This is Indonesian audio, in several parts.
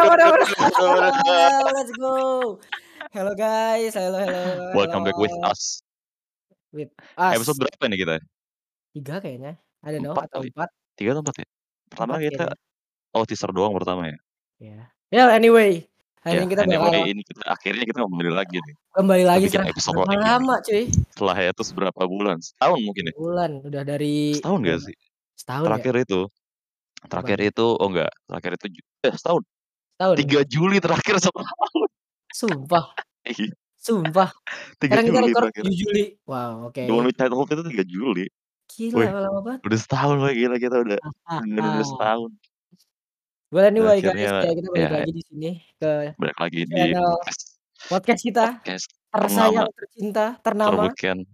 Let's go. Hello guys, hello. Welcome back with us. With us. Episode berapa nih kita? 3 kayaknya. I don't know 4 atau kali. 4. 3 atau 4 ya? Pertama 4 kita kayaknya. teaser doang pertama ya. Iya. Ya anyway, hari ini kita bakal ini kita akhirnya kita kembali lagi nih. Kembali lagi bikin episode berapa lagi lama cuy? Setelah hiatus berapa bulan? Setahun mungkin ya? Bulan, udah dari setahun gak sih? Setahun terakhir ya? Terakhir itu oh enggak, terakhir itu setahun. 3 Juli terakhir setahun. Sumpah. Iya. Sumpah. 3 Juli kita terakhir. 7 Juli. Wow, oke. The One with Childhood itu 3 Juli. Gila, lama banget. Udah setahun lagi, gila kita udah bener-bener setahun. Well anyway guys, Akhirnya, kayak kita balik lagi di sini ke balik lagi di channel podcast kita. Tersayang, tercinta, ternama,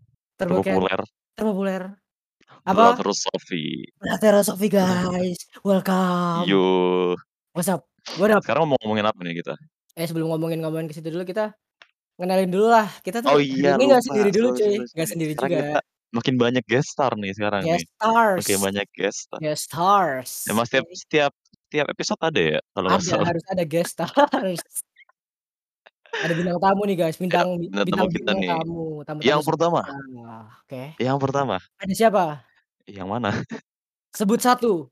terpopuler. Apa? Brother Sofi. Brother Sofi guys, welcome. Yo. What's up? What up? Sekarang mau ngomongin apa nih kita? Sebelum ngomongin ke situ dulu, kita kenalin dulu lah. Kita tuh ini nggak sendiri dulu cuy, nggak sendiri juga. Kita makin banyak guest star nih sekarang nih. Makin banyak guest star. Guest stars. Emang setiap episode ada ya kalau nggak salah. Harus ada guest stars. Ada bintang tamu nih guys, bintang tamu. Yang pertama. Oke. Yang pertama. Ada siapa? Yang mana? Sebut satu.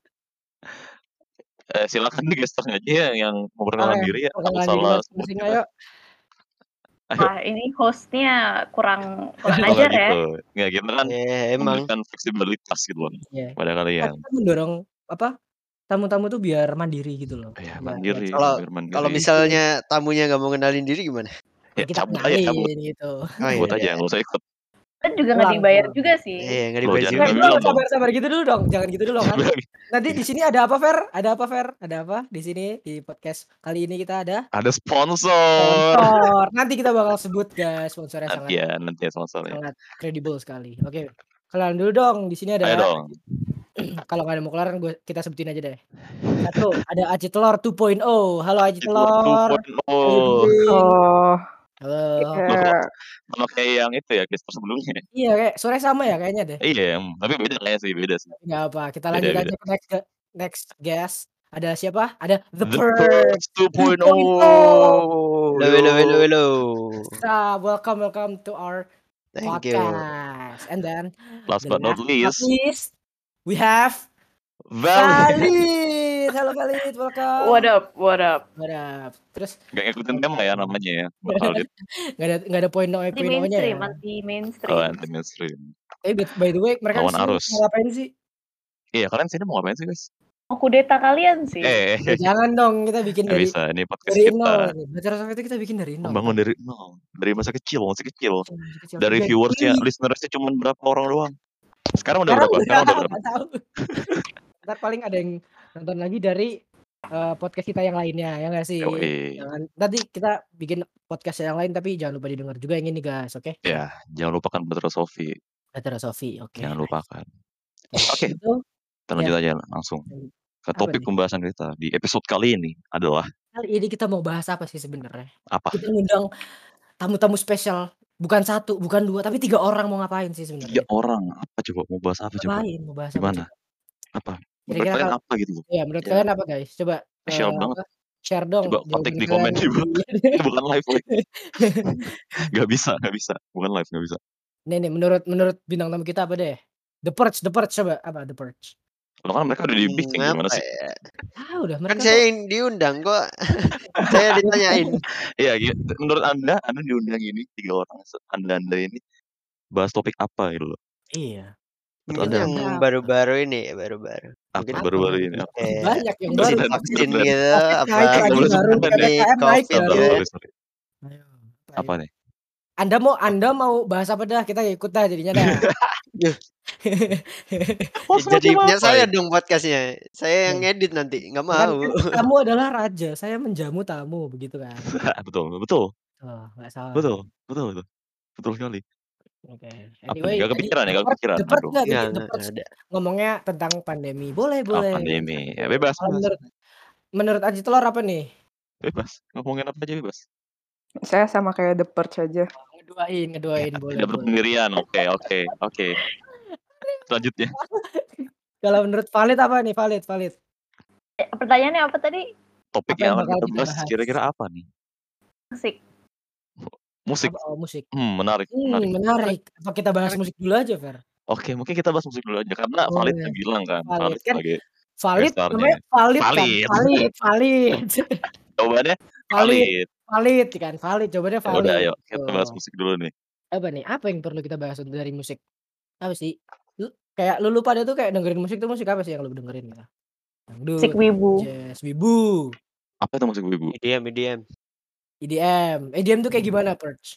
Silakan nih guest star aja yang memperkenalkan diri ya. Salah sebut ayo. Wah, ini hostnya kurang ajar ya. Nggak gitu kan. Memberikan fleksibilitas gitu loh pada kalian. Kita mendorong tamu-tamu tuh biar mandiri gitu loh. Iya, mandiri. Kalau misalnya tamunya nggak mau kenalin diri gimana? Ya, kita kenalin gitu. Cabut aja, nggak usah ikut. Kan juga nggak dibayar juga sih. Iya, nggak dibayar juga. Sabar gitu dulu dong, jangan gitu dulu kan. Nanti di sini ada apa Fer? Ada apa di sini di podcast kali ini kita ada? Ada sponsor. Nanti kita bakal sebut guys sponsornya nanti sponsornya. Sangat kredibel sekali. Oke. Kenalan dulu dong, di sini ada. Ayo dong. Kalau nggak ada mau kelar kita sebutin aja deh. Satu, ada Aci Telur 2.0. Halo Aci Telur. 2.0. Halo. Sama kayak yang itu ya, guest sebelumnya. Iya, kayak sore sama ya kayaknya deh. Iya, tapi beda sih. Enggak apa, kita lanjut aja ke next guest. Ada siapa? Ada The Perks 2.0. Hello. Welcome to our podcast. And then last but not least, we have Valid. Halo Valid, welcome. What up? Terus nggak ngikutin tema ya namanya ya. Nggak ada poin-nya. Anti mainstream. By the way, mereka mau ngapain sih? Iya, kalian sini mau ngapain sih guys? Mau kudeta kalian sih. Jangan dong, kita bikin dari bisa, ini podcast dari kita. Bacara Sofi itu kita bikin dari nol. Membangun dari nol. Dari masa kecil. Dari viewersnya, listenersnya cuma berapa orang doang. Sekarang udah berapa? Ntar paling ada yang nonton lagi dari podcast kita yang lainnya, ya nggak sih? Nanti kita bikin podcast yang lain, tapi jangan lupa didengar juga yang ini guys, oke? Ya, jangan lupakan Brother Sofi. Oke. Jangan lupakan. Oke, kita lanjut aja langsung ke topik pembahasan kita di episode kali ini adalah. Kali ini kita mau bahas apa sih sebenarnya? Apa? Kita ngundang tamu-tamu spesial. Bukan 1, bukan 2, tapi 3 orang mau ngapain sih sebenarnya? 3 orang, apa coba? Mau bahas apa coba? Mau bahas gimana? Apa? Menurut kalian apa gitu? Iya, menurut kalian apa guys? Coba share dong. Coba kontak di komen juga. Bukan live. Gak bisa. Bukan live, gak bisa. Nih, menurut bintang tamu kita apa deh? The Perch coba apa The Perch? Lo kan mereka udah dibikin gimana sih? Udah mereka. Kan saya yang diundang kok. Saya ditanyain. Iya, menurut Anda diundang ini 3 orang. Anda ini bahas topik apa gitu loh? Iya. Mungkin yang baru-baru ini. Apa baru-baru ini? Banyak yang baru. Vaksin gitu. Apa nih? Anda mau bahas apa dah? Kita ikut dah jadinya dah. Jadinya saya dong podcastnya. Saya yang edit nanti, nggak mau. Kamu adalah raja, saya menjamu tamu, begitu kan? Betul. Oh, nggak salah. Betul sekali. Oke. Anyway, gak kepikiran. Ngomongnya tentang pandemi. Boleh. Pandemi. Ya, bebas. Menurut Aji Telur apa nih? Bebas. Ngomongin apa aja bebas. Saya sama kayak The Perch aja. Ngeduain boleh. Tidak berpendirian. Oke. Selanjutnya. Kalau menurut Valid apa nih? Valid. Pertanyaannya apa tadi? Topik Apa yang yang akan bakal kita kita bahas bahas? kira-kira apa nih? Musik. Musik. Musik. Menarik. Menarik. Apa kita bahas Menarik. musik dulu aja, Fer? Oke, mungkin kita bahas musik dulu aja karena Valid Boleh. bilang kan, Valid Valid kan sebagai Valid gestarnya. namanya Valid kan? Valid. Valid. Jawabannya Valid valid. kan, valid. Jawabannya Ya udah, valid. ayo kita bahas musik dulu nih. Apa nih? Apa yang perlu kita bahas dari musik? Apa sih? Kayak lu pada tuh kayak dengerin musik tuh musik apa sih yang lu dengerin gitu? Musik Dangdut, wibu. jazz, wibu. Apa itu musik wibu? EDM. EDM tuh kayak gimana, Perch?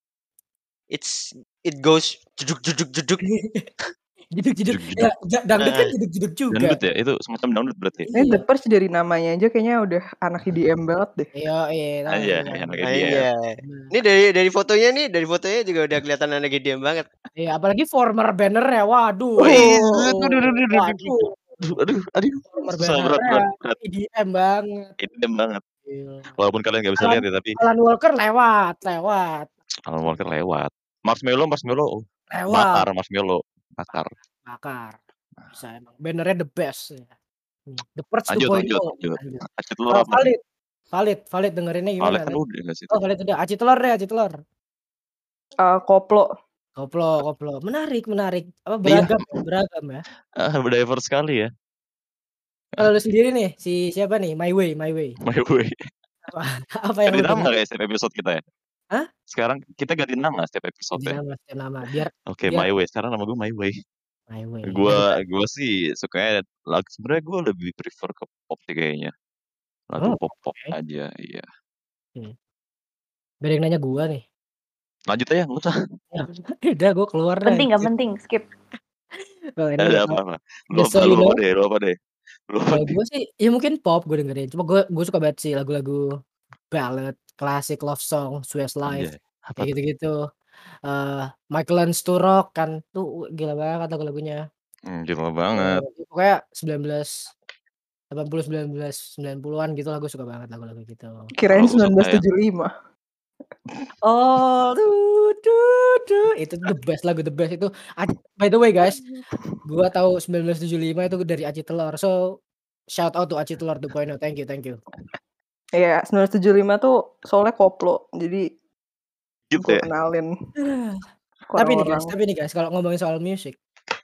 It goes jeduk. Jeduk. Ya, dangdut kan jeduk juga. Dangdut ya? Itu semacam dangdut berarti. Ini The Purge dari namanya aja kayaknya udah anak EDM banget deh. Iya. Aja, anak EDM. Iya. Ini dari fotonya juga udah kelihatan anak EDM banget. Iya, apalagi former banner ya. Waduh. Aduh. Former Susah, banner berat. EDM banget. EDM banget. Walaupun kalian nggak bisa lihat ya, tapi Alan Walker lewat. Alan Walker lewat. Marshmello. Lewat. Marshmello. Bakar. Bisa emang. Bannernya the best. Ya. The Purge 2.0. Lanjut. Aci telur apa? Valid dengerinnya gimana? Valid kan udah nggak sih? Valid udah. Aci telur. Koplo. Menarik. Apa beragam ya? Diverse sekali ya. Kalau lu sendiri nih, si siapa nih? My Way. Apa yang ganti lu nama dengerin? kayak setiap episode kita ya? Hah? Sekarang kita ganti nama setiap episode ya? Ganti nama. Biar Oke, My Way. Sekarang nama gue My Way. My Way. Gue sih sukanya lagu, sebenarnya gue lebih prefer ke pop sih kayaknya. Lagu pop aja, iya. Biar yang nanya gue nih. Lanjut aja, nggak usah. Udah, gue keluar deh. Nggak penting, skip. Ada apa? Lu apa deh? Kalau gue sih, ya mungkin pop gue dengerin. Cuma gue suka banget sih lagu-lagu ballad, klasik, love song, Swiss Life, kayak gitu-gitu. Michael Learns to Rock kan, tuh gila banget lagu-lagunya. Gila banget. Pokoknya 90-an gitu lah, gue suka banget lagu-lagu gitu. Kirain 1975. Oh, itu the best itu. By the way guys, gua tahu 1975 itu dari Aci Telur. So shout out to Aci Telur 2.0. Thank you. Iya, 1975 tuh soalnya koplo. Jadi gitu gue ya. kenalin. Tapi nih guys, kalau ngomongin soal musik,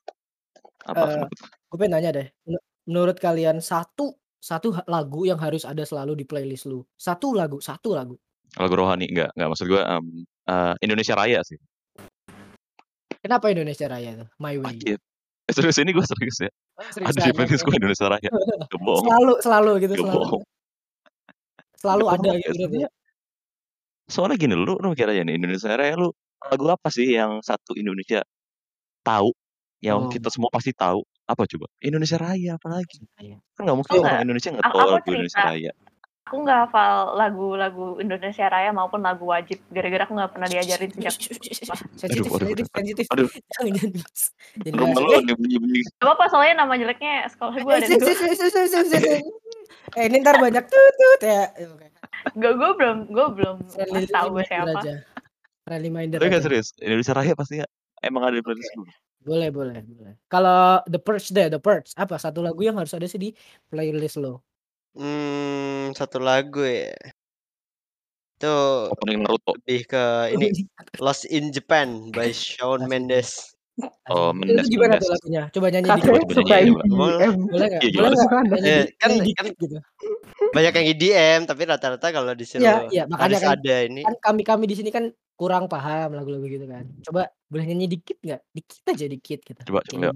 gue pengen nanya deh. Menurut kalian satu lagu yang harus ada selalu di playlist lu? Satu lagu. Lagu rohani enggak maksud gue Indonesia Raya sih. Kenapa Indonesia Raya tuh? My Way. Serius ini gue serius ya. Ada di playlist gue Indonesia Raya. Selalu gitu. Selalu ada gitu ya. Soalnya gini, lu mikir aja nih, Indonesia Raya lu lagu apa sih yang satu Indonesia tahu, yang kita semua pasti tahu, apa coba? Indonesia Raya apalagi? Kan nggak mungkin orang Indonesia nggak tahu lagu Indonesia Raya. Aku nggak hafal lagu-lagu Indonesia Raya maupun lagu wajib. Gara-gara aku nggak pernah diajarin sejak. Sensitif. Aduh. Rumah lu ada bunyi-bunyi. Gak apa-apa, soalnya nama jeleknya sekolah gue ada dua. Ini ntar banyak tutut ya. Gue belum tahu gue siapa. Friendly minded. Tapi nggak serius, Indonesia Raya pasti emang ada di playlist gue. Boleh. Kalau The Purge apa satu lagu yang harus ada sih di playlist lo? Satu lagu ya. Itu opening Naruto. Lebih ke ini Lost in Japan by Shawn Mendes. Oh, Mendes. Itu gimana tuh lagunya? Coba nyanyi dikit. Suka EDM. Boleh enggak? Kan gitu. Banyak yang EDM tapi rata-rata kalau disuruh makanya harus ada ini. Kan kami di sini kan kurang paham lagu-lagu gitu kan. Coba boleh nyanyi dikit enggak? Dikit aja gitu. Coba.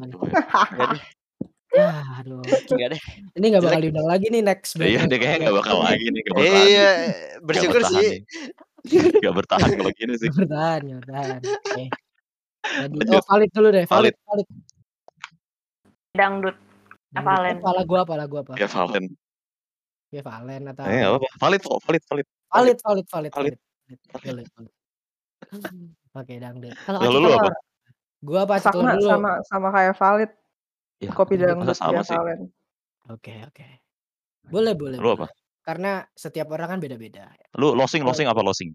Aduh. Enggak deh. Ini enggak bakal diundang lagi nih next. Iya, dia kayaknya enggak bakal lagi nih. Iya, bersyukur sih. Enggak bertahan kalau gini sih. Bertahan. Oke. Jadi, valid dulu deh. Valid. Dangdut. Valen. Lagu apa? Ya Valen. Atau apa? Valid. Valid. Oke, dangdut. Kalau lu apa? Gua apa dulu? Sama kayak Valid. Ya, kopi dangdut sama sih. Valen. Oke. Boleh. Lu apa? Karena setiap orang kan beda-beda. Lu losing apa losing?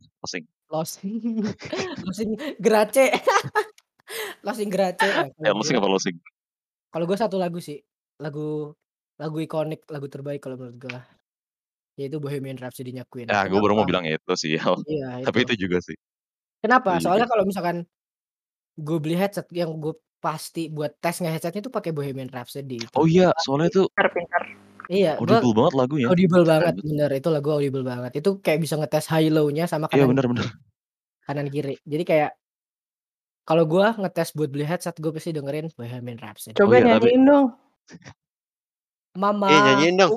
Losing gerace. Losing gerace. Losing apa losing? Kalau gue satu lagu sih. Lagu ikonik, lagu terbaik kalau menurut gue. yaitu Bohemian Rhapsody-nya Queen. Ya, gue baru mau Kenapa? bilang itu sih, Iya tapi itu. itu juga sih. Kenapa? Itu Soalnya juga. kalau misalkan gue beli headset yang gue pasti buat tes nge-headset-nya itu pakai Bohemian Rhapsody itu. Oh iya, soalnya Pasti. tuh Pintar-pintar. Iya, gue audible banget lagunya. audible banget, Keren. bener itu lagu audible banget. Itu kayak bisa ngetes high low-nya sama Iya kanan bener. kanan kiri. Jadi kayak kalau gue ngetes buat beli headset gue pasti dengerin Bohemian Rhapsody. Coba iya, tapi nyanyiin dong. Mama, nyanyiin dong.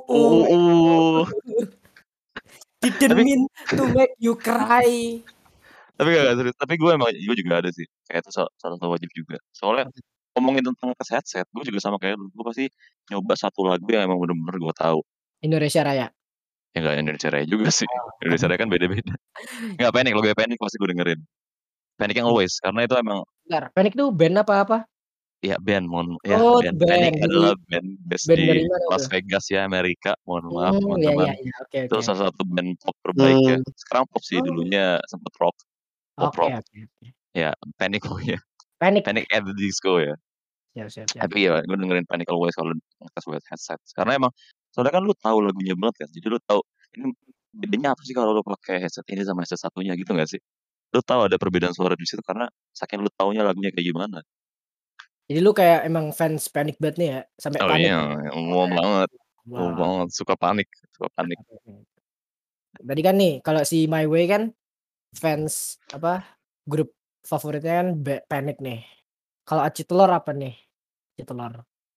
didn't Tapi mean to make you cry. tapi gak serius. Tapi gue juga ada sih. Kayak itu salah satu wajib juga. Soalnya ngomongin tentang tes headset, gue juga sama kayak lu. Gue pasti nyoba satu lagu yang emang bener-bener gue tahu. Indonesia Raya. Ya nggak Indonesia Raya juga sih. Indonesia Raya kan beda-beda. Nggak Panic, lagu Panic pasti gue dengerin. Panic yang Always, karena itu emang Bentar, Panic tuh band apa? ya band, Oh, band. Panic band. adalah band based Band di dari mana Las tuh? Vegas ya, Amerika. Mohon maaf teman-teman. Iya, oke. Itu salah satu band pop terbaik ya. Sekarang pop sih, Oh. dulunya sempet rock. Pop rock. Oke. Ya, Panic pokoknya. Panic at the Disco ya. Siap. Tapi ya gue dengerin Panic Always kalau ngetes buat headset. Karena emang soalnya kan lu tahu lagunya banget kan. Jadi lu tahu ini bedanya apa sih kalau lu pakai headset ini sama headset satunya gitu nggak sih? Lu tahu ada perbedaan suara di situ karena saking lu taunya lagunya kayak gimana. Jadi lu kayak emang fans Panic banget nih ya? Sampai Oh panik. iya, ngomong banget. Wow. Banget, suka panik. Tadi kan nih, kalau si My Way kan fans grup favoritnya kan Panic nih. Kalau Aci Telur apa nih? Aci Telur.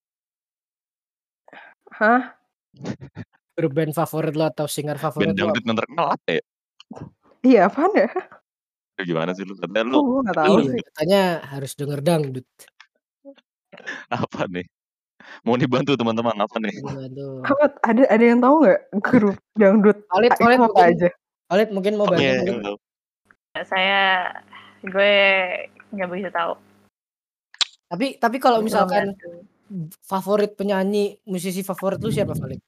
Hah? Grup band favorit lo atau singer favorit Band lo? dangdut yang terkenal apa ya? Iya, apaan ya? Gimana sih lu? Katanya Kok lu gue nggak tahu sih. Katanya harus denger dangdut. apa nih? Mau dibantu teman-teman apa nih? Apa ada yang tahu nggak grup dangdut? Valid Itu apa mungkin, aja? Valid mungkin mau bantu. Gue nggak begitu tahu. Tapi kalau misalkan favorit penyanyi, musisi favorit lu siapa, Valid?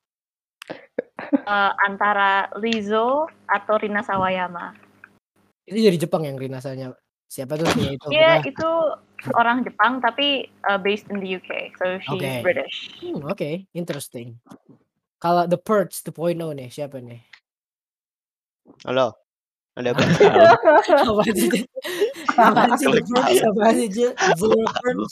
Antara Lizzo atau Rina Sawayama. Itu dari Jepang yang Rina Sawayama. Siapa tuh penyanyi itu? Iya, itu orang Jepang tapi based in the UK, so she's British. Oke, interesting. Kalau The Purge 2.0 nih, siapa nih? Halo. Ada apa? Apaan sih The Purge? Apaan sih The Purge?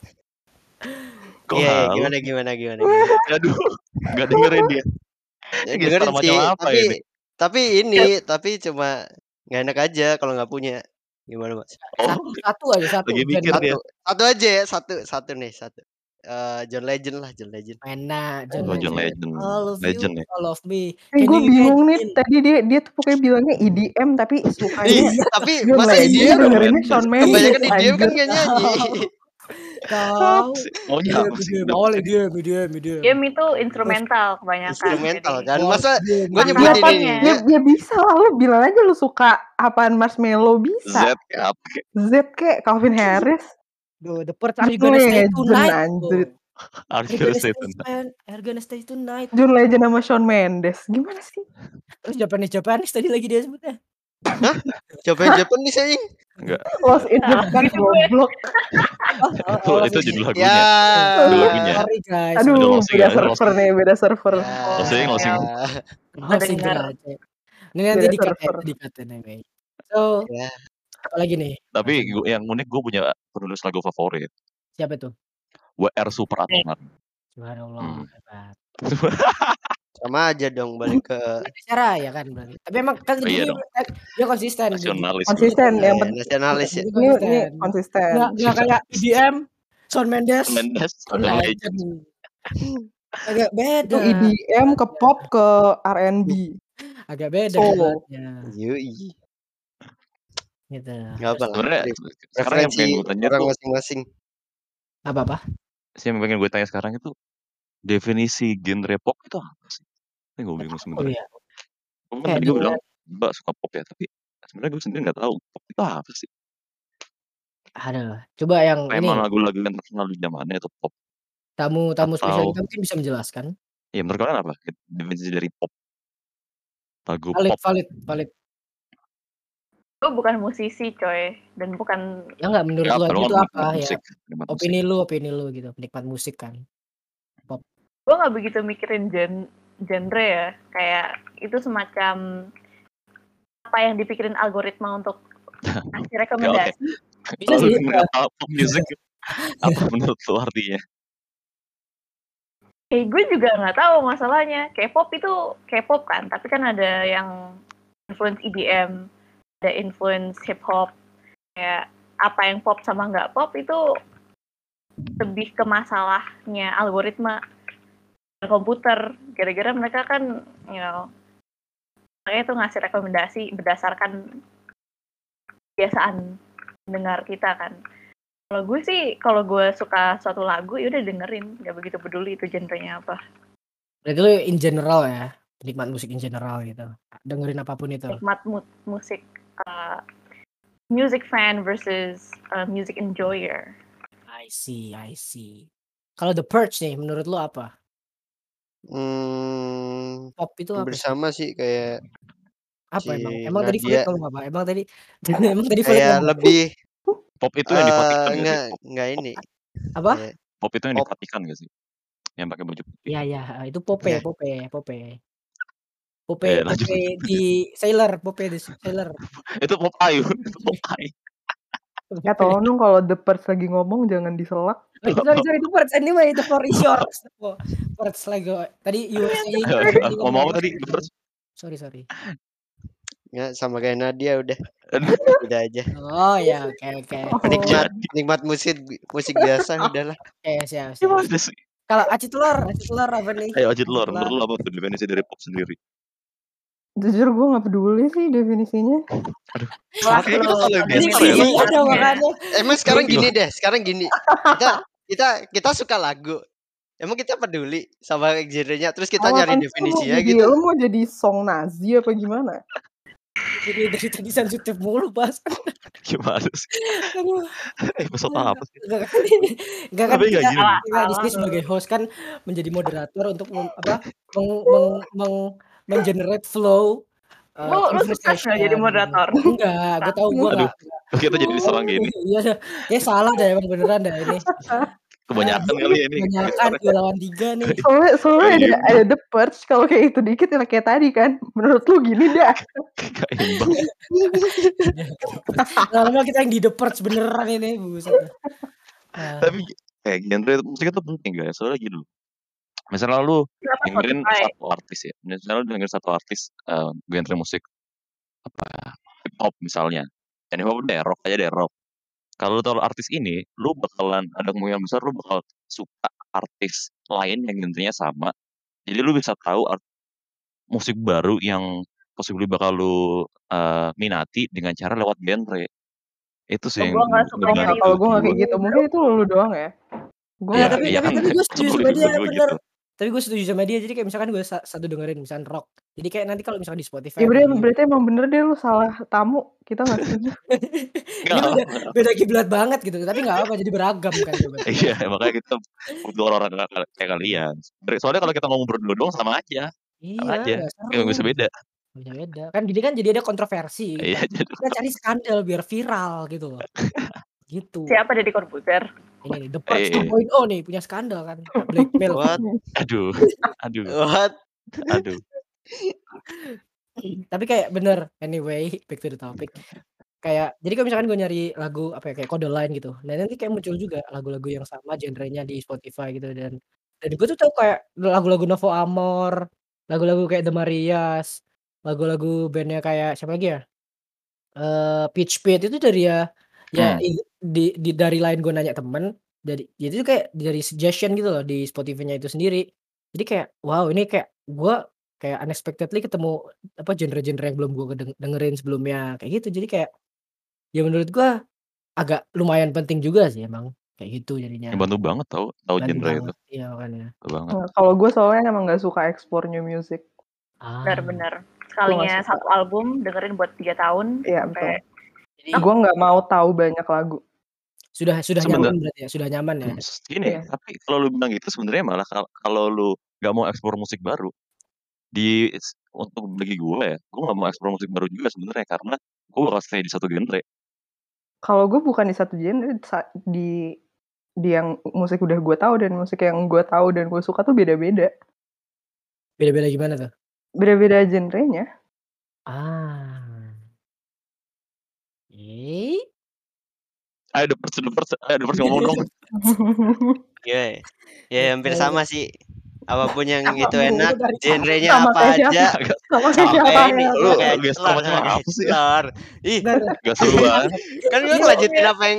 Iya, gimana? Aduh, nggak dengerin dia. Dengerin sih, tapi cuma nggak enak aja kalau nggak punya. Gimana Mas? Satu aja. Lagi mikir dia. Satu aja ya, satu nih. John Legend lah, John Legend. Enak, John Legend. All of Legend you, ya. all of me. Gue bingung nih, tadi dia tuh pokoknya bilangnya EDM tapi sukanya. Tapi John masa Legend EDM dengerinnya Shawn Mendes. Kebanyakan EDM kan nggak nyanyi. Tahu. Medium. Game itu instrumental kebanyakan. Instrumental kan. Masa gue nyebutin ini. Ya bisa lah, lu bilang aja lu suka apaan Marshmello bisa. Z kayak Calvin Harris. The Purge are you gonna stay tonight? Are you gonna stay tonight? John Legend sama Shawn Mendes. Gimana sih? Terus Japanese tadi lagi dia sebutnya. Hah? Japanese aja? Enggak. Lost in Japan goblok. Itu judul lagunya. Ya. Sorry guys. Aduh, beda server. Losing aja. Ini nanti dikat nih. So, apa lagi nih? Tapi yang unik gue punya penulis lagu favorit. Siapa tuh? WR Supratman. Subhanallah, hebat. Sama aja dong balik ke Indonesia Raya kan berarti. Tapi emang kan dia konsisten. Nasionalis. Konsisten yang nasionalis ya. Ini konsisten. Enggak kayak EDM, Shawn Mendes. Legend. Agak beda. EDM ke pop ke R&B. Agak beda hebatnya. Yoi. Gitu. Enggak apa lah. Referensi orang masing-masing. Apa? Yang pengen gue tanya sekarang itu definisi genre pop itu apa sih? Ini gue bingung sebenarnya. Gue tadi gue bilang gue suka pop ya, tapi sebenarnya gue sendiri nggak tahu pop itu apa sih. Aduh, coba yang ini. Emang lagu-lagu yang terkenal di zamannya itu pop. Tamu spesial kita mungkin bisa menjelaskan. Iya, menurut kalian apa definisi dari pop? Lagu pop. Valid. Gue bukan musisi coy, dan bukan. Ya nggak, menurut lu aja itu apa musik, ya? Opini lu gitu, penikmat musik kan. Pop. Gue nggak begitu mikirin genre ya, kayak itu semacam apa yang dipikirin algoritma untuk kasih rekomendasi. Bisa Kalau sih. lu nggak tahu pop music apa menurut lu artinya? Gue juga nggak tahu masalahnya. K-pop itu K-pop kan, tapi kan ada yang influence EDM, ada influence hip hop. Kayak apa yang pop sama nggak pop itu lebih ke masalahnya algoritma dan komputer. Gara-gara mereka kan, mereka itu ngasih rekomendasi berdasarkan kebiasaan dengar kita kan. Kalau gue sih, kalau gue suka suatu lagu, ya udah dengerin, nggak begitu peduli itu genrenya apa. Berarti lu in general ya, penikmat musik in general gitu. Dengerin apapun itu. Nikmat musik, music fan versus music enjoyer. I see. Kalau The Purge nih, menurut lu apa? Pop itu apa sih? Bersama sih kayak Apa si emang? Emang tadi Fluid Nadia. ngomong apa? Emang tadi Fluid Kayak ngomong apa? lebih Pop itu yang dipatikan nggak sih? enggak ini. Apa? Kayak Pop itu yang pop. dipatikan nggak sih? Yang pakai baju putih. Iya, itu Pope Ya. Lanjut. di Sailor, Pope di Sailor. Itu pop ayu, itu pop ayu. Ya tolong dong kalau The Purge lagi ngomong jangan diselak. Sorry, The Purge anyway, the floor is yours. Purge lagi. Tadi you were saying. Ngomong apa tadi? Sorry. Ya sama kayak Nadia udah. Udah aja. Oh ya, oke. Nikmat musik biasa udahlah. Oke, siap. Kalau Aci telur apa nih? Ayo Aci telur, menurut lu apa tuh definisi dari pop sendiri? Jujur gue nggak peduli sih definisinya. Aduh. Emang sekarang gini. Kita suka lagu. Emang kita peduli sama genrenya, terus kita nyari definisinya gitu. Lu mau jadi song Nazi apa gimana? Jadi dari tadi sensitif mulu pas. Gimana sih? Episode apa sih? Enggak kan kita di sini sebagai host kan menjadi moderator untuk menggenerate flow. Lu sukses nggak jadi moderator? Enggak, gue tahu gue nggak. Kita jadi diserang gini. Iya, kayak salah dah emang beneran dah ini. Kebanyakan kali ini. Kebanyakan 2 lawan 3 nih. Soalnya ada The Purge, kalau kayak itu dikit ya kayak tadi kan. Menurut lu gini dah. Gak imbang. Lama kita yang di The Purge beneran ini, buset. Tapi kayak genre musik itu penting guys, soalnya gitu. Misalnya lu dengerin satu artis ya, misalnya lu dengerin satu artis genre musik apa hip hop misalnya, dan hip hop rock aja deh rock. Kalau lu tahu artis ini, lu bakalan ada kemungkinan besar lu bakal suka artis lain yang genrenya sama. Jadi lu bisa tahu musik baru yang possibly bakal lu minati dengan cara lewat genre. Itu sih yang kalau gue nggak kayak gitu, mungkin itu lu doang ya. Tapi gue setuju sama dia bener. Tapi gue setuju sama dia, jadi kayak misalkan gue satu dengerin misalkan rock, jadi kayak nanti kalau misalkan di Spotify ya berarti emang bener deh lu salah tamu, kita nggak setuju. Ini beda kiblat banget gitu, tapi nggak apa, jadi beragam kan. Iya, makanya kita butuh orang kayak kalian. Soalnya kalau kita ngomong berdua doang sama aja. Iya, nggak bisa beda. Kan gini kan jadi ada kontroversi. Iya, kita cari skandal biar viral gitu loh. Gitu. Siapa Deddy Corbuzier? Ini The Purge 2.0 nih punya skandal kan, blackmail. What? Aduh. What? Aduh. Tapi kayak bener, anyway, back to the topic. Kayak jadi kalau misalkan gue nyari lagu apa ya kayak Kode Line gitu, nah nanti kayak muncul juga lagu-lagu yang sama genrenya di Spotify gitu dan gue tuh tahu kayak lagu-lagu Novo Amor, lagu-lagu kayak The Marias, lagu-lagu bandnya kayak siapa lagi ya? Peach Pit itu dari dari line gue nanya temen, itu kayak dari suggestion gitu loh di Spotify-nya itu sendiri. Jadi kayak wow ini kayak gue kayak unexpectedly ketemu genre-genre yang belum gue dengerin sebelumnya kayak gitu. Jadi kayak ya menurut gue agak lumayan penting juga sih emang kayak gitu jadinya. Bantu banget tahu genre itu. Iya makanya. Kalau gue soalnya emang nggak suka explore new music. Benar-benar. Sekalinya satu album dengerin buat 3 tahun. Iya betul. Gue nggak mau tahu banyak lagu. Sudah nyaman berarti ya, sudah nyaman ya. Gini, tapi kalau lu bilang gitu sebenarnya malah kalau lu nggak mau eksplor musik baru untuk bagi gue ya, gue nggak mau eksplor musik baru juga sebenarnya karena gue bakal stay di satu genre. Kalau gue bukan di satu genre, di yang musik udah gue tahu dan musik yang gue tahu dan gue suka tuh beda-beda. Beda-beda gimana tuh? Beda-beda genrenya. Ah. Ayo The First ngomong dong. Iya. Ya hampir sama sih. Apapun yang Sama itu mulu enak, dari tadi. genrenya Sama apa kayak aja. siapa? Sama kayak Sama siapa kayak ya? ini. Lu Kayak gestur macam kayak apa sih? celor. Ih, Bentar. Gak seru banget. kan gue Iya, ngelanjutin apa yang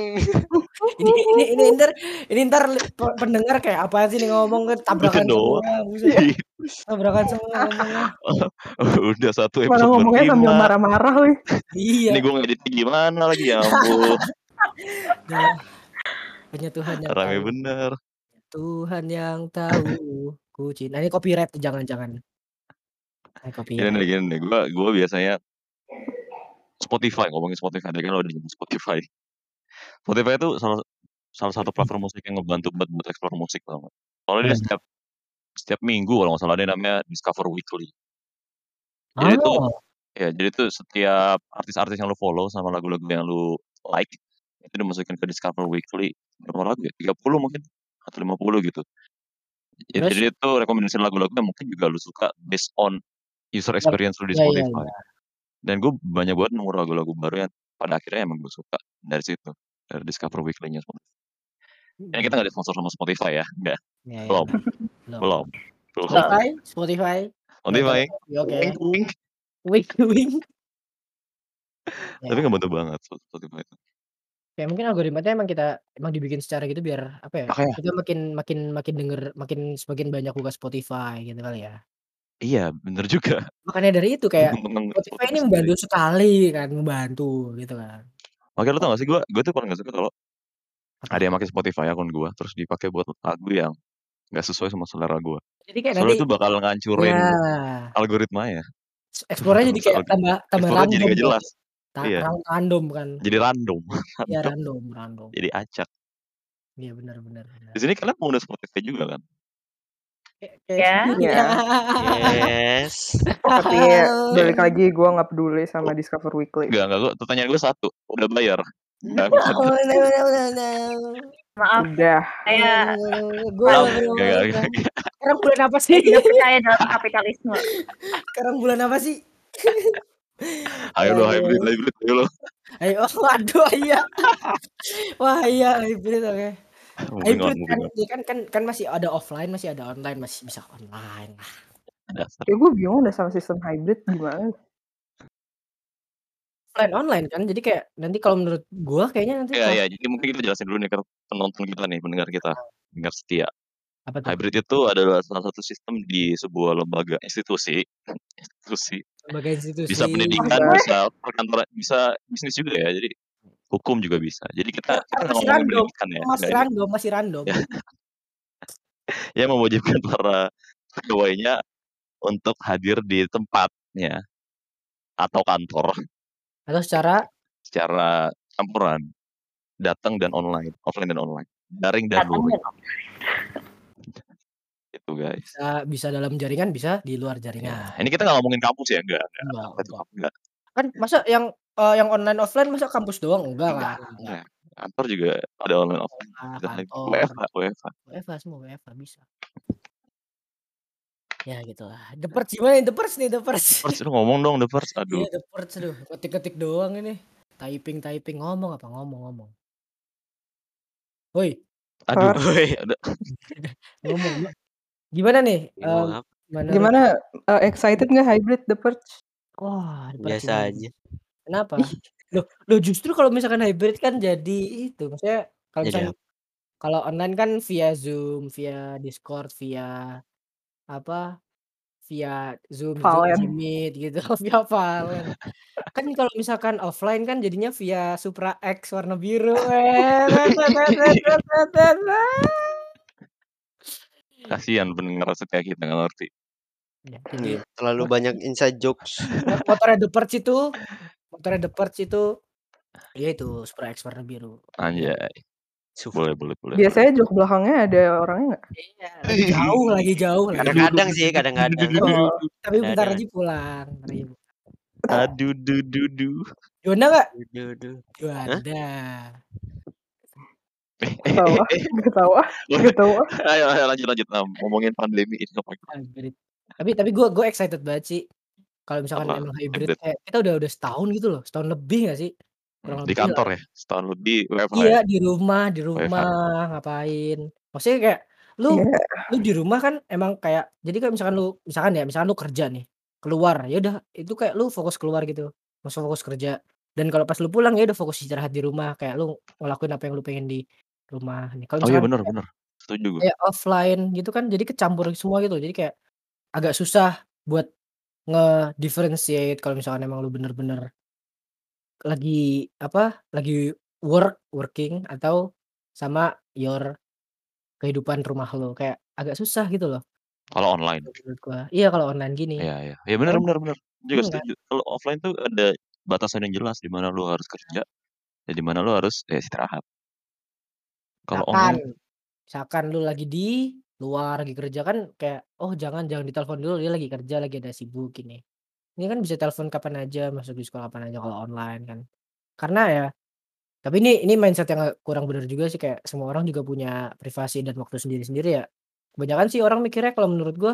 ini ntar pendengar kayak apa sih nih ngomong kan tabrakan doang. semua, buset. Iya. Tabrakan semua ngomongnya. Udah satu Mana episode ngomongnya sambil berlima. marah-marah weh. Iya. Ini gue ngeditnya gimana lagi ya ampun. Duh. Hanya Tuhan yang Rame tahu. bener. Tuhan yang tahu. Ku cinta. Ini copyright jangan-jangan. Copyright. Gini nih. Gue biasanya Spotify, ngomongin Spotify. Tadi kan lo udah nyebut Spotify. Spotify itu salah satu platform musik yang ngebantu buat explore musik banget. Soalnya dia setiap minggu kalau nggak salah dia namanya Discover Weekly. Jadi itu setiap artis-artis yang lu follow sama lagu-lagu yang lu like itu dimasukin ke Discover Weekly. Berapa lagu ya? 30 mungkin atau 50 gitu. Jadi itu rekomendasi lagu-lagu yang mungkin juga lu suka based on user experience lu di Spotify. Dan gue banyak banget nemu lagu-lagu baru yang pada akhirnya emang gue suka dari situ, dari Discover Weekly-nya Spotify. Ya kita nggak disponsor sama Spotify ya, enggak. Belum. Spotify. Oke. Wink. Tapi ngebantu banget Spotify itu. Kayak mungkin algoritmanya emang dibikin secara gitu biar apa ya? Kita makin denger, makin semakin banyak buka Spotify gitu kali ya. Iya, bener juga. Makanya dari itu kayak Spotify ini membantu sekali kan, membantu gitu kan. Makanya lu tau gak sih gue tuh paling gak suka kalau ada yang pakai Spotify akun gue terus dipakai buat lagu yang gak sesuai sama selera gue. Jadi kayak soalnya nanti itu bakal ngancurin algoritmanya. Explore-nya jadi kayak tambah random. Jadi gak jelas. Iya. Random kan. Jadi random. Iya random. Jadi acak. Iya benar. Di sini kalian pengguna Spotify juga kan? Ya. Yes. Tapi balik lagi gue nggak peduli sama Discover Weekly. Enggak, gue pertanyaan gue satu, udah bayar? Maaf. Udah. Saya sekarang bulan apa sih? Tidak percaya dalam kapitalisme. Sekarang bulan apa sih? Ayo lo hybrid ayo lo. Ayo, waduh iya. Wah iya hybrid oke. Hybrid kan masih ada offline, masih ada online, masih bisa online lah. Ya gue bingung udah sama sistem hybrid gimana. Online kan, jadi kayak nanti kalau menurut gue kayaknya nanti. Iya, jadi mungkin kita jelasin dulu nih ke penonton kita nih, pendengar kita, pendengar setia. Apa tuh? Hybrid itu adalah salah satu sistem di sebuah lembaga institusi. Lembaga institusi. Bisa pendidikan, bisa perkantoran, bisa bisnis juga ya. Jadi hukum juga bisa. Jadi kita ngomongin pendidikan ya. Masih random. Ya mewajibkan para pegawainya untuk hadir di tempatnya atau kantor. Atau secara campuran, datang dan online, offline dan online, daring dan luring. Itu guys. Bisa dalam jaringan, bisa di luar jaringan. Ya, ini kita nggak ngomongin kampus ya, enggak. Kan masa yang online offline masa kampus doang enggak lah. Kantor juga ada online offline. WFH semua WFH bisa. Ya gitulah. The First gimana nih? The First lu ngomong dong The First. Aduh. Iya The First aduh. Ketik-ketik doang ini. Typing ngomong. Woi. Aduh. Ngomong. Gimana nih? Gimana excited nggak hybrid The First? Wah, biasa aja. Kenapa? Loh justru kalau misalkan hybrid kan jadi itu. Maksudnya kalau online kan via Zoom, via Discord, via Zoom, Meet gitu, via Valen. Kan kalau misalkan offline kan jadinya via Supra X warna biru. Kasihan pendengar setia kita nggak ngerti. Ya, jadi terlalu banyak inside jokes. Motornya The First itu ya itu Supra X warna biru. Anjay. Boleh. Biasanya jok belakangnya ada orangnya nggak? Iya, lagi jauh. Kadang-kadang sih. Tapi bentar lagi pulang. Aduh. Juanda nggak? Juanda. Ketawa. Ayo lanjut ngomongin pandemi ini. Tapi gue excited banget sih, kalau misalkan Apa? emang hybrid Hybrid? kayak kita udah setahun gitu loh, setahun lebih nggak sih? Kurang Di lebih lah kantor ya. ya? Setahun lebih WFH Iya ya? di WFH. rumah ngapain. Maksudnya kayak lu Iya. lu di rumah kan emang kayak jadi kan misalkan lu kerja nih, keluar, ya udah itu kayak lu fokus keluar gitu, langsung fokus kerja. Dan kalau pas lu pulang ya udah fokus istirahat di rumah, kayak lu ngelakuin apa yang lu pengen di rumah nih. Kalau Oh iya misalkan bener bener, setuju gue. kayak offline gitu kan jadi kecampur semua gitu, jadi kayak agak susah buat nge-differentiate kalau misalkan emang lu bener-bener lagi working atau sama your kehidupan rumah lu, kayak agak susah gitu loh Kalau online? menurut gua. Iya kalau online gini. Iya iya. Ya bener Soalnya bener bener, juga kan? setuju. Kalau offline tuh ada batasan yang jelas di mana lu harus kerja, dan di mana lu harus ya istirahat. Kalau Misalkan online misalkan lu lagi di luar, lagi kerja kan kayak, "Oh jangan ditelepon dulu, dia lagi kerja, lagi ada sibuk," gini. Ini kan bisa telepon kapan aja, masuk diskon kapan aja kalau online kan. Karena ya tapi ini mindset yang kurang bener juga sih, kayak semua orang juga punya privasi dan waktu sendiri-sendiri ya. Kebanyakan sih orang mikirnya kalau menurut gua,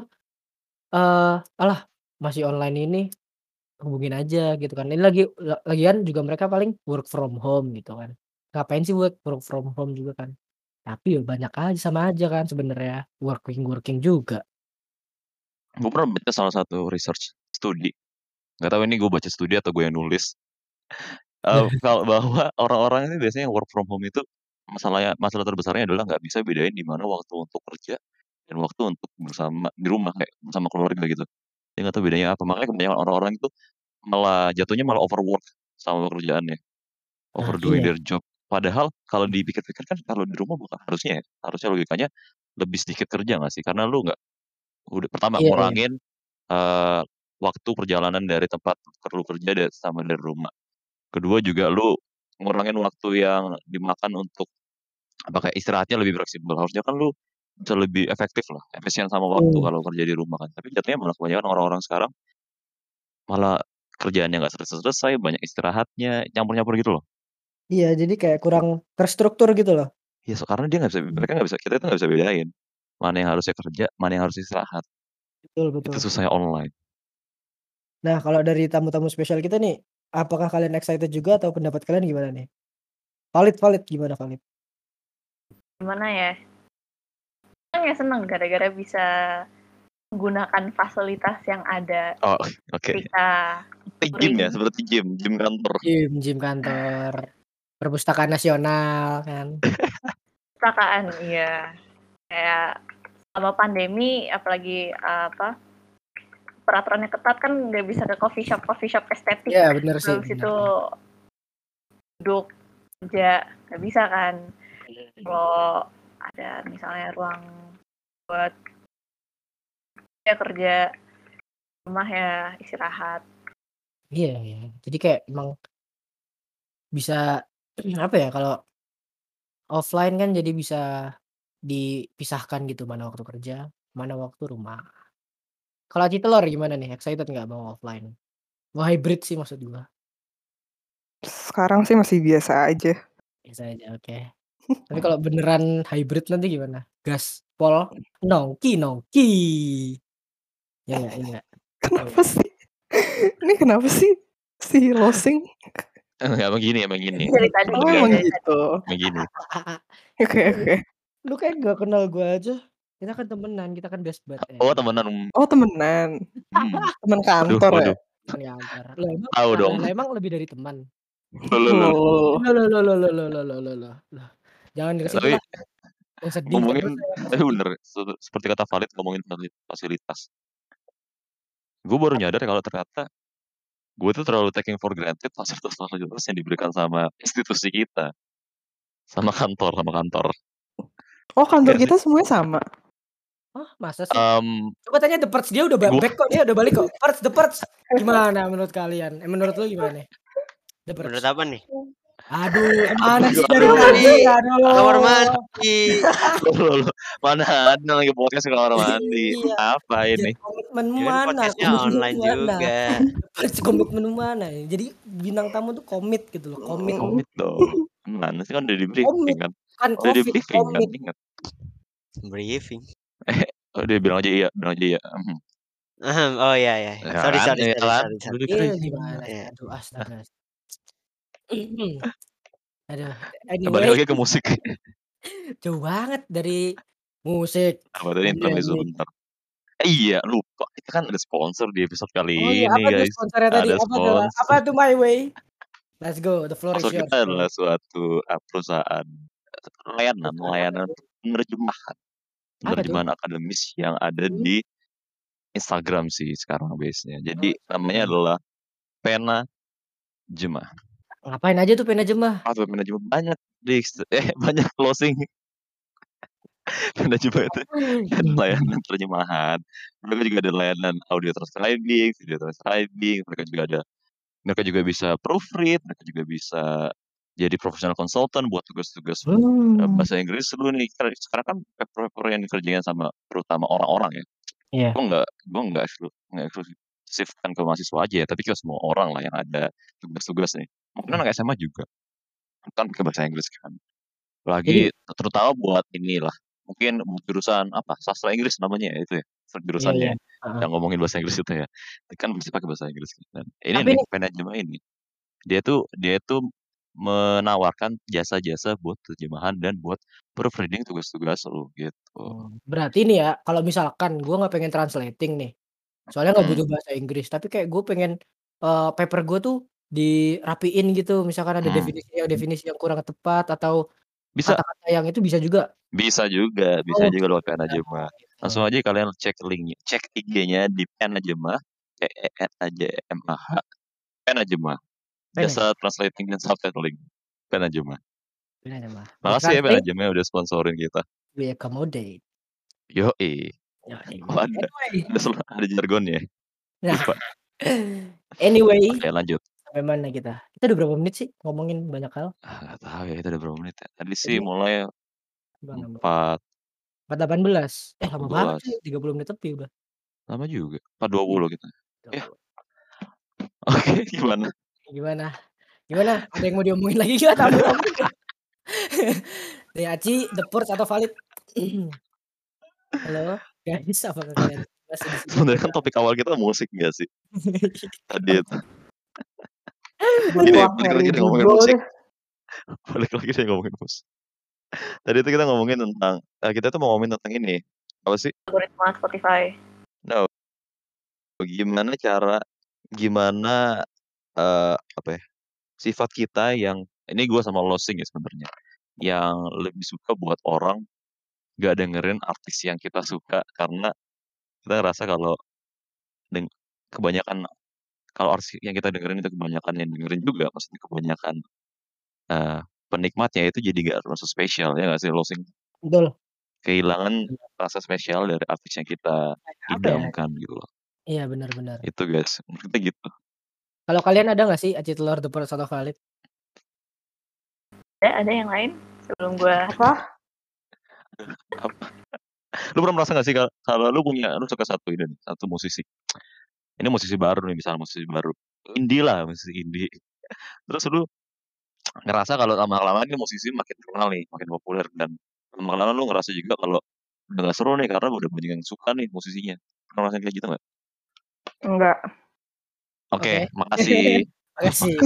"Alah masih online ini, hubungin aja," gitu kan. Ini lagian juga mereka paling work from home gitu kan. Ngapain sih work from home juga kan. Tapi ya banyak aja, sama aja kan sebenarnya, working juga. gue pernah baca salah satu research studi, nggak tahu ini gue baca studi atau gue yang nulis, kalau bahwa orang-orang ini biasanya yang work from home itu masalah terbesarnya adalah nggak bisa bedain di mana waktu untuk kerja dan waktu untuk bersama di rumah kayak bersama keluarga gitu. Dia nggak tahu bedanya apa, makanya kebanyakan orang-orang itu jatuhnya malah overwork sama pekerjaannya, Nah overdoing iya, their job. Padahal kalau dipikir-pikir kan kalau di rumah bukan harusnya ya, harusnya logikanya lebih sedikit kerja nggak sih? Karena lu nggak udah pertama iya iya. ngurangin, eee, waktu perjalanan dari tempat lu kerja sama dari rumah. Kedua juga lu ngurangin waktu yang dimakan untuk kayak istirahatnya lebih fleksibel. Harusnya kan lu bisa lebih efektif lah, efisien sama waktu Betul. kalau kerja di rumah kan. Tapi jatuhnya malah kebanyakan orang-orang sekarang malah kerjaannya nggak selesai-selesai, banyak istirahatnya, nyampur-nyampur gitu loh. Iya, jadi kayak kurang terstruktur gitu loh. Iya, karena mereka nggak bisa, kita itu nggak bisa bedain, mana yang harusnya kerja, mana yang harus istirahat. Betul Itu betul. susahnya online. Nah, kalau dari tamu-tamu spesial kita nih, apakah kalian excited juga atau pendapat kalian gimana nih? Valid gimana valid? Gimana ya? Seneng gara-gara bisa menggunakan fasilitas yang ada Oh, oke. ketika Seperti gym ya, seperti gym kantor. Gym kantor, perpustakaan nasional kan. Perpustakaan, iya. Kayak selama pandemi apalagi peraturannya ketat kan nggak bisa ke coffee shop estetik. Iya bener sih. Habis itu duduk kerja nggak bisa kan. Kalau ada misalnya ruang buat kerja rumah ya istirahat. Iya iya. Jadi kayak emang bisa apa ya, kalau offline kan jadi bisa dipisahkan gitu, mana waktu kerja, mana waktu rumah. Kalau Aci Telor gimana nih, excited nggak mau offline? Mau hybrid sih maksud gua. Sekarang sih masih biasa aja. Biasa aja, oke. Tapi kalau beneran hybrid nanti gimana? Gaspol nongki. Ya nggak ya nggak? Kenapa sih? Ini kenapa sih si Losing? Emang gini. Dari tadi Oh emang gitu. Emang gini. Oke. Lu kayak nggak kenal gua aja. Kita kan temenan, kita kan best bud ya. Oh temenan. Oh temenan. Temen kantor ya? Temen kantor. Lah Tahu dong. emang lebih dari teman? Loh. Loh. Jangan ke situ lah. Yang sedih Ngomongin, terus bener, seperti kata Valid ngomongin fasilitas. Gue baru nyadar kalau ternyata gue tuh terlalu taking for granted fasilitas yang diberikan sama institusi kita, sama kantor. Oh kantor kita semuanya sama? Oh masa sih? Coba tanya The Perts, dia udah back kok, dia udah balik kok. The Perts, gimana menurut kalian? Menurut lu gimana nih? The Perts. Menurut apa nih? Aduh, kemana sih dari tadi? Aduh. Kamar mandi. Loh, mana ada lagi podcast kamar mandi. Iya. Apa ini? Komitmen Kan mana? podcastnya online juga. Komitmen mana? Jadi bintang tamu tuh komit gitu loh, komit dong. Mana sih kan udah di briefing kan? Udah di briefing kan, ingat. Briefing. Udah bilang aja iya. Oh ya ya. Ya Sorry kan, sorry ya sorry kan? sorry sorry. Udah Iya keren. gimana sih? Iya. Aduh astaga. Aduh, Balik anyway lagi ke musik. jauh banget dari musik, Apa tadi intermezzo pandemi. bentar. Iya, lupa. Kita kan ada sponsor di episode Oh kali iya, ini, apa tuh guys. sponsornya tadi? Ada Apa sponsor. tuh My Way? Let's go, the floor is Sponsor yours, kita bro. adalah suatu perusahaan layanan Perusahaan apa layanan tuh? penerjemahan Apa tuh? penerjemahan akademis yang ada Hmm. di Instagram sih sekarang base-nya. Jadi Oh, namanya Instagram. adalah Pena Jemah. Ngapain aja tuh Pena Jemah? Atau Pena Jemah banyak banyak closing. Pena Jemah itu ada layanan terjemahan. Mereka juga ada layanan audio transcribing, video transcribing. Mereka juga bisa proofread, mereka juga bisa jadi professional consultant buat tugas-tugas bahasa Inggris lu nih. Sekarang kan paper-paper yang dikerjain sama terutama orang-orang ya. Iya. Gue nggak eksklusifkan ke mahasiswa aja ya, tapi ke semua orang lah yang ada tugas-tugas nih. Mungkin anak SMA juga kan pakai bahasa Inggris kan. Jadi Lagi terutama buat inilah, mungkin jurusan apa, sastra Inggris namanya ya itu ya, iya jurusannya iya, heeh. yang ngomongin bahasa Inggris itu ya. Kan mesti pakai bahasa Inggris kan. Ini Tapi nih, nih Penajema ini, dia tuh menawarkan jasa-jasa buat terjemahan dan buat proofreading tugas-tugas lu gitu. berarti nih ya, kalau misalkan gua nggak pengen translating nih, soalnya nggak butuh bahasa Inggris, tapi kayak gue pengen, paper gue tuh dirapiin gitu, misalkan ada definisi yang kurang tepat atau Bisa kata-kata yang itu bisa juga? bisa Oh juga lewat bisa, Penajema. gitu. Langsung aja kalian cek linknya, cek IG-nya di Penajema, PENAJMAH, Penajema. Jasa translating dan subtitling. Penajema. Pena Jemah. We Makasih ya translate, Penajema udah sponsorin kita. we accommodate. Yoi. Yoi. Oh ada jargonnya. Nah, Lupa. anyway, Oke lanjut. sampai mana kita? Kita udah berapa menit sih ngomongin banyak hal? Nggak tahu ya itu udah berapa menit ya. Tadi sih Tadi mulai 4 4:18. Lama banget 14. sih, 30 menit lebih udah. Lama juga. Iya. 4:20 kita. Ya. 20. Oke, gimana? Gimana? Ada yang mau diomongin lagi nggak tamu-tamunya? Nih Aci, The Purge atau Valid? Halo, guys, apakah kalian masih di sini? Sebenarnya kan topik awal kita musik nggak sih? Tadi itu. Wah, Balik lagi deh ngomongin musik. Balik lagi deh ngomongin musik. Tadi itu kita ngomongin tentang kita tuh mau ngomongin tentang ini. Apa sih? Algoritma Spotify. No. Gimana apa ya? Sifat kita yang ini gue sama Losing ya sebenarnya. Yang lebih suka buat orang gak dengerin artis yang kita suka karena kita ngerasa kalau kebanyakan kalau artis yang kita dengerin itu kebanyakan yang dengerin juga, maksudnya kebanyakan penikmatnya itu jadi gak rasa spesial ya nggak sih Losing? Betul. Kehilangan rasa spesial dari artis yang kita idamkan gitu loh. Iya benar. Itu guys, menurut kita gitu. Kalau kalian ada nggak sih Aci Telur, The Purge atau Valid? Ada yang lain sebelum gua Apa? Lu pernah merasa gak sih kalau lu suka satu musisi. Ini musisi baru nih, misalnya musisi baru. Musisi indie. Terus lu ngerasa kalau lama-lama ini musisi makin terkenal nih, makin populer dan lama-lama lu ngerasa juga kalau udah gak seru nih karena udah banyak yang suka nih musisinya. Pernah ngerasain kayak gitu gak? Enggak. Oke, makasih. Makasih.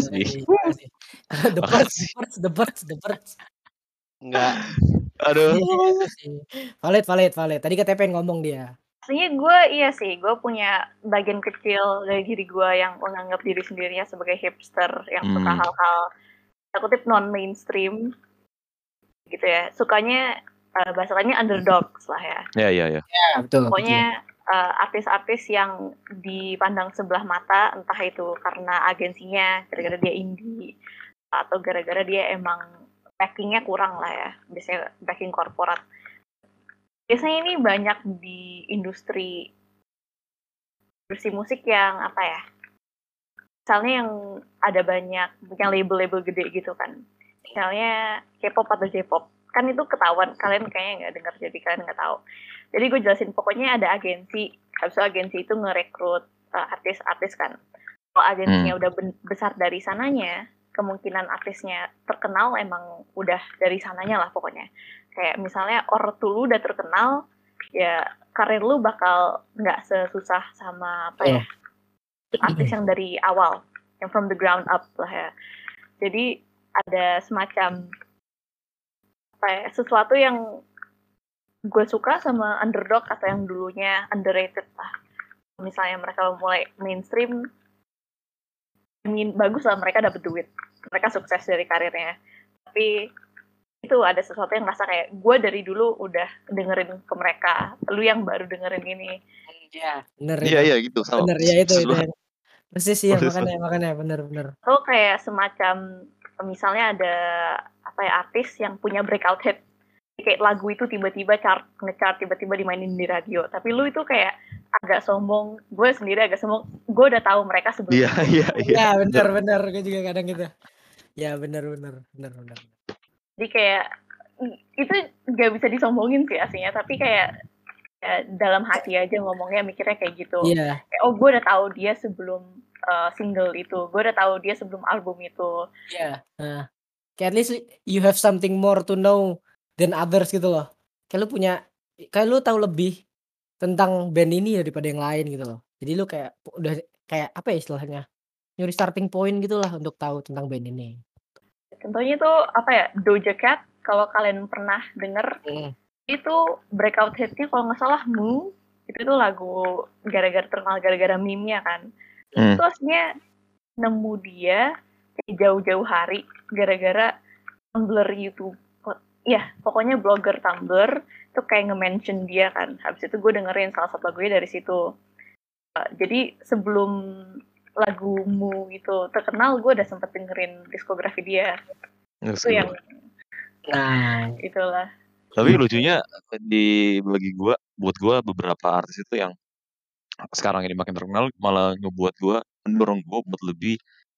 The Purge. Enggak. Aduh. Valid. Tadi katanya pengen ngomong dia. Aslinya gue punya bagian kecil dari diri gue yang menganggap diri sendirinya sebagai hipster yang suka hal-hal kutip non mainstream gitu ya, sukanya bahasa lainnya underdogs lah ya. Ya, betul. Pokoknya artis-artis yang dipandang sebelah mata, entah itu karena agensinya gara-gara dia indie atau gara-gara dia emang backingnya kurang lah ya, biasanya backing korporat. Biasanya ini banyak di industri musik yang apa ya, misalnya yang ada banyak yang label-label gede gitu kan, misalnya K-pop atau J-pop, kan itu ketahuan, kalian kayaknya nggak dengar jadi kalian nggak tahu. Jadi gue jelasin, pokoknya ada agensi, habis itu agensi itu ngerekrut artis-artis kan. Kalau agensinya udah besar dari sananya, kemungkinan artisnya terkenal emang udah dari sananya lah pokoknya. Kayak misalnya Ortulu udah terkenal, ya karir lu bakal nggak sesusah sama artis yang dari awal, yang from the ground up lah ya. Jadi ada semacam sesuatu yang gue suka sama underdog atau yang dulunya underrated lah. Misalnya mereka mulai mainstream, bagus lah, mereka dapet duit, mereka sukses dari karirnya. Tapi itu ada sesuatu yang rasa kayak gue dari dulu udah dengerin ke mereka, lu yang baru dengerin ini. Iya, bener. Iya gitu sama. Bener ya itu. Persis ya, makanya bener. So kayak semacam misalnya ada artis yang punya breakout hit, kayak lagu itu tiba-tiba ngechart, tiba-tiba dimainin di radio. Tapi lu itu kayak agak sombong, gue sendiri agak sombong. Gue udah tahu mereka sebelumnya. Iya, bener. Gue juga kadang gitu. Ya bener. Jadi kayak itu nggak bisa disombongin sih aslinya, tapi kayak ya, dalam hati aja ngomongnya, mikirnya kayak gitu. Iya. Oh, gue udah tahu dia sebelum single itu, gue udah tahu dia sebelum album itu. Iya. Kayak at least you have something more to know than others gitu loh. Kayak lu tahu lebih tentang band ini daripada yang lain gitu loh. Jadi lu kayak udah kayak apa ya istilahnya, nyuri starting point gitulah untuk tahu tentang band ini. Contohnya itu Doja Cat, kalau kalian pernah denger, itu breakout hitnya kalau nggak salah Moo, itu tuh lagu terkenal gara-gara meme-nya kan. Itu aslinya nemu dia jauh-jauh hari gara-gara Tumblr YouTube. Ya, pokoknya blogger Tumblr itu kayak nge-mention dia kan. Habis itu gue dengerin salah satu lagunya dari situ. Jadi sebelum lagu Mu itu terkenal, gue udah sempet dengerin diskografi dia. Itu yang itulah. Tapi lucunya buat gue beberapa artis itu yang sekarang ini makin terkenal malah mendorong gue buat lebih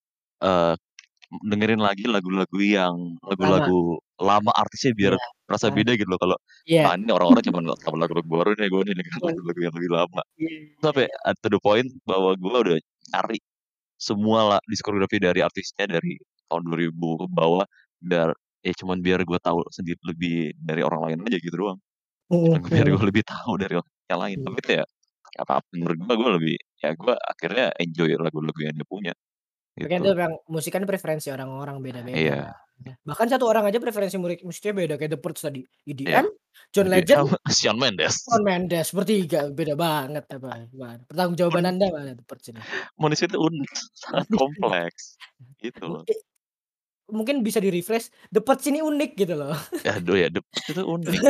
dengerin lagi lagu-lagu lama artisnya biar rasa beda gitu loh. Kalau ini orang-orang cuma tahu lagu-lagu baru nih, gue nih dengerin lagu-lagu yang lebih lama. Sampai to the point bahwa gue udah cari semua diskografi dari artisnya dari tahun 2000 ke bawah biar gue tahu sendiri lebih dari orang lain aja gitu doang. Biar gue lebih tahu dari yang lain. Tapi itu ya menurut gue gue akhirnya enjoy lagu-lagu yang dia punya. Kan itu yang musik kan preferensi orang-orang beda-beda. Iya. Bahkan satu orang aja preferensi musiknya beda, kayak The Purge tadi. EDM, John Legend, Shawn Mendes bertiga beda banget pertanggungjawaban Anda mana The Purge ini? Manusia itu unik, sangat kompleks. Gitu loh. Mungkin bisa di-refresh, The Purge ini unik gitu loh. Aduh ya, The Purge itu unik.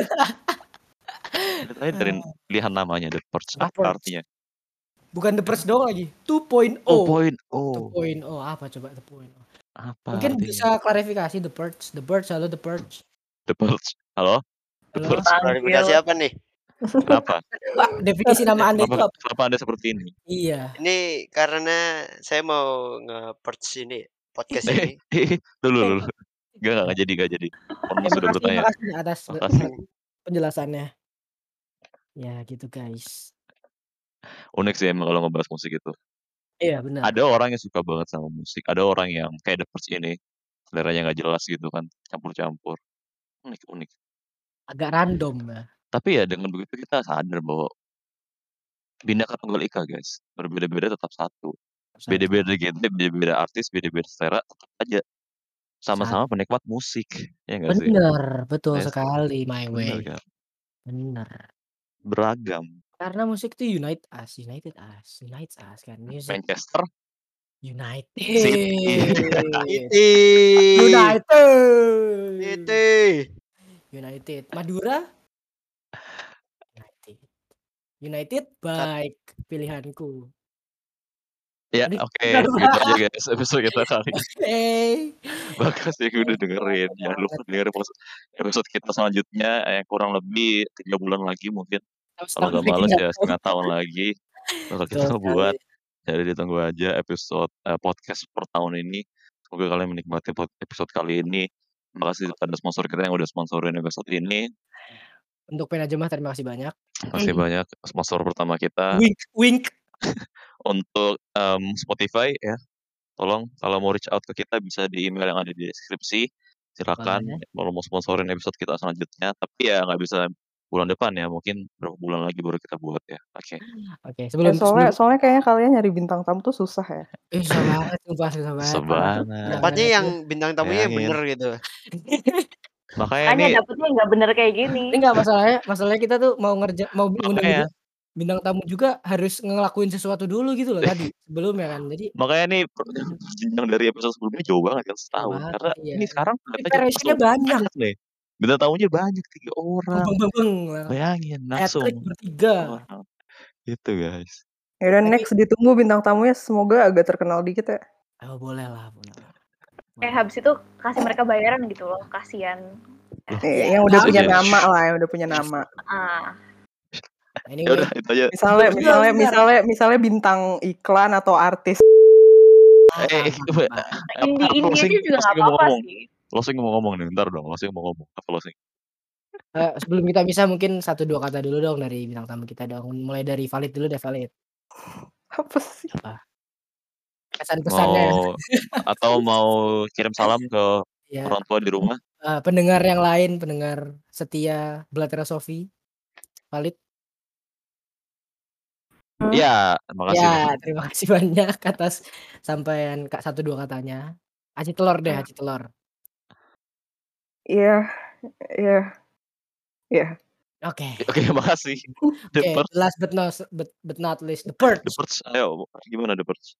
Dari pilihan namanya The Purge, apa artinya? Bukan The Purge doang lagi, 2.0. 2.0. Apa coba 2.0? Apa mungkin artinya? Bisa klarifikasi The Purge, halo The Purge. The Purge, halo? The Purge. Klarifikasi apa nih? Kenapa? Definisi nama Anda itu apa? Kenapa Anda seperti ini? Iya. Ini karena saya mau nge-purge ini podcast ini. Dulu. Gak jadi. Sudah bertanya. Terima kasih atas penjelasannya. Ya gitu guys. Unik sih emang kalau ngebahas musik itu. Iya benar. Ada orang yang suka banget sama musik, ada orang yang kayak The Purge ini seleranya nggak jelas gitu kan, campur-campur. Unik. Agak random ya. Tapi ya dengan begitu kita sadar bahwa Bhinneka Tunggal Ika guys, berbeda-beda tetap satu. Beda-beda genre, beda-beda artis, beda-beda selera, tetap aja sama-sama penikmat musik, ya nggak sih? Bener, betul sekali my way. Bener kan? Bener. Beragam. Karena musik itu unites us kan. Music. Manchester United. Madura. United baik pilihanku. Ya oke, gitu aja guys episode kita kali ini. Makasih udah dengerin. Jangan lupa dengerin episode kita selanjutnya yang kurang lebih 3 bulan lagi mungkin. Kalau nggak males ya setengah tahun lagi bakal kita buat. Jadi ditunggu aja episode podcast per tahun ini. Semoga kalian menikmati episode kali ini. Terima kasih kepada sponsor kita yang udah sponsorin episode ini. Untuk Pena Jemah terima kasih banyak. Terima kasih banyak sponsor pertama kita. Wink. Untuk Spotify ya, tolong kalau mau reach out ke kita bisa di email yang ada di deskripsi. Silakan kalau mau sponsorin episode kita selanjutnya. Tapi ya nggak bisa bulan depan ya, mungkin berapa bulan lagi baru kita buat ya. Oke. Oke, soalnya kayaknya kalian nyari bintang tamu tuh susah ya. susah banget, sumpah susah Susah banget. banget. Dapatnya yang bintang tamunya yang Bayangin. bener gitu. Makanya Makanya nih dapetnya nggak bener kayak gini. Ini enggak masalahnya kita tuh mau ngundang makanya bintang tamu juga harus ngelakuin sesuatu dulu gitu loh tadi, sebelumnya kan. Jadi makanya nih jenjang dari episode sebelumnya jauh banget kan, jauh setahun. banget, Karena iya. ini sekarang Preparation-nya langsung banyak. nih. Bintang tamunya banyak, 3 orang. Beng. Bayangin langsung. Hat-trick bertiga. Orang. Gitu, guys. Ya udah Tapi next ditunggu bintang tamunya semoga agak terkenal dikit ya. Oh, boleh lah. Habis itu kasih mereka bayaran gitu loh, kasihan. Ya, yang udah punya nama lah, yang udah punya nama. Anyway, ya udah itu aja. Misalnya bintang iklan atau artis. Indie aja juga nggak apa-apa sih. Closing ngomong nih, bentar dong. Closing mau ngomong. Apa closing? Sebelum kita bisa mungkin 1-2 kata dulu dong dari bintang tamu kita dong. Mulai dari Valid dulu deh, Valid. Apa sih? Apa? Pesan-pesannya. Atau mau kirim salam ke orang tua di rumah? Pendengar yang lain, pendengar setia Blatera Sofi. Valid. Ya, terima kasih. Ya, terima kasih banyak atas sampaian 1-2 katanya. Aci telur deh, aci telur. Iya. Oke, makasih. last but not least, The Purge. Ayo, gimana The Purge?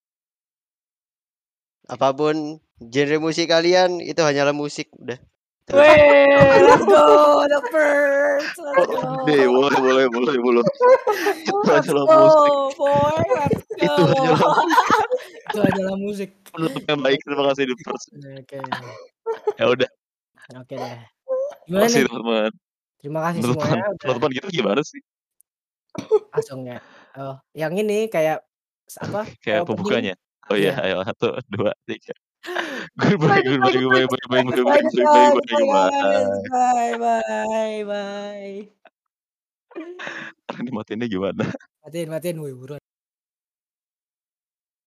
Apapun genre musik kalian itu hanyalah musik, udah. Let's go The Purge. Let's go. Boleh. Itu hanyalah musik. Itu hanyalah musik. Penutup yang baik, terima kasih The Purge. Oke. Ya udah. Oke deh. Gimana nih? Teman-teman. Terima kasih semuanya. Penutupan kita gimana sih? Langsung ya. Oh, yang ini kayak apa? Kayak pembukanya. Oh iya, ayo 1, 2, 3. Goodbye. Bye. Ini matiinnya gimana? Matiin, woi buruan.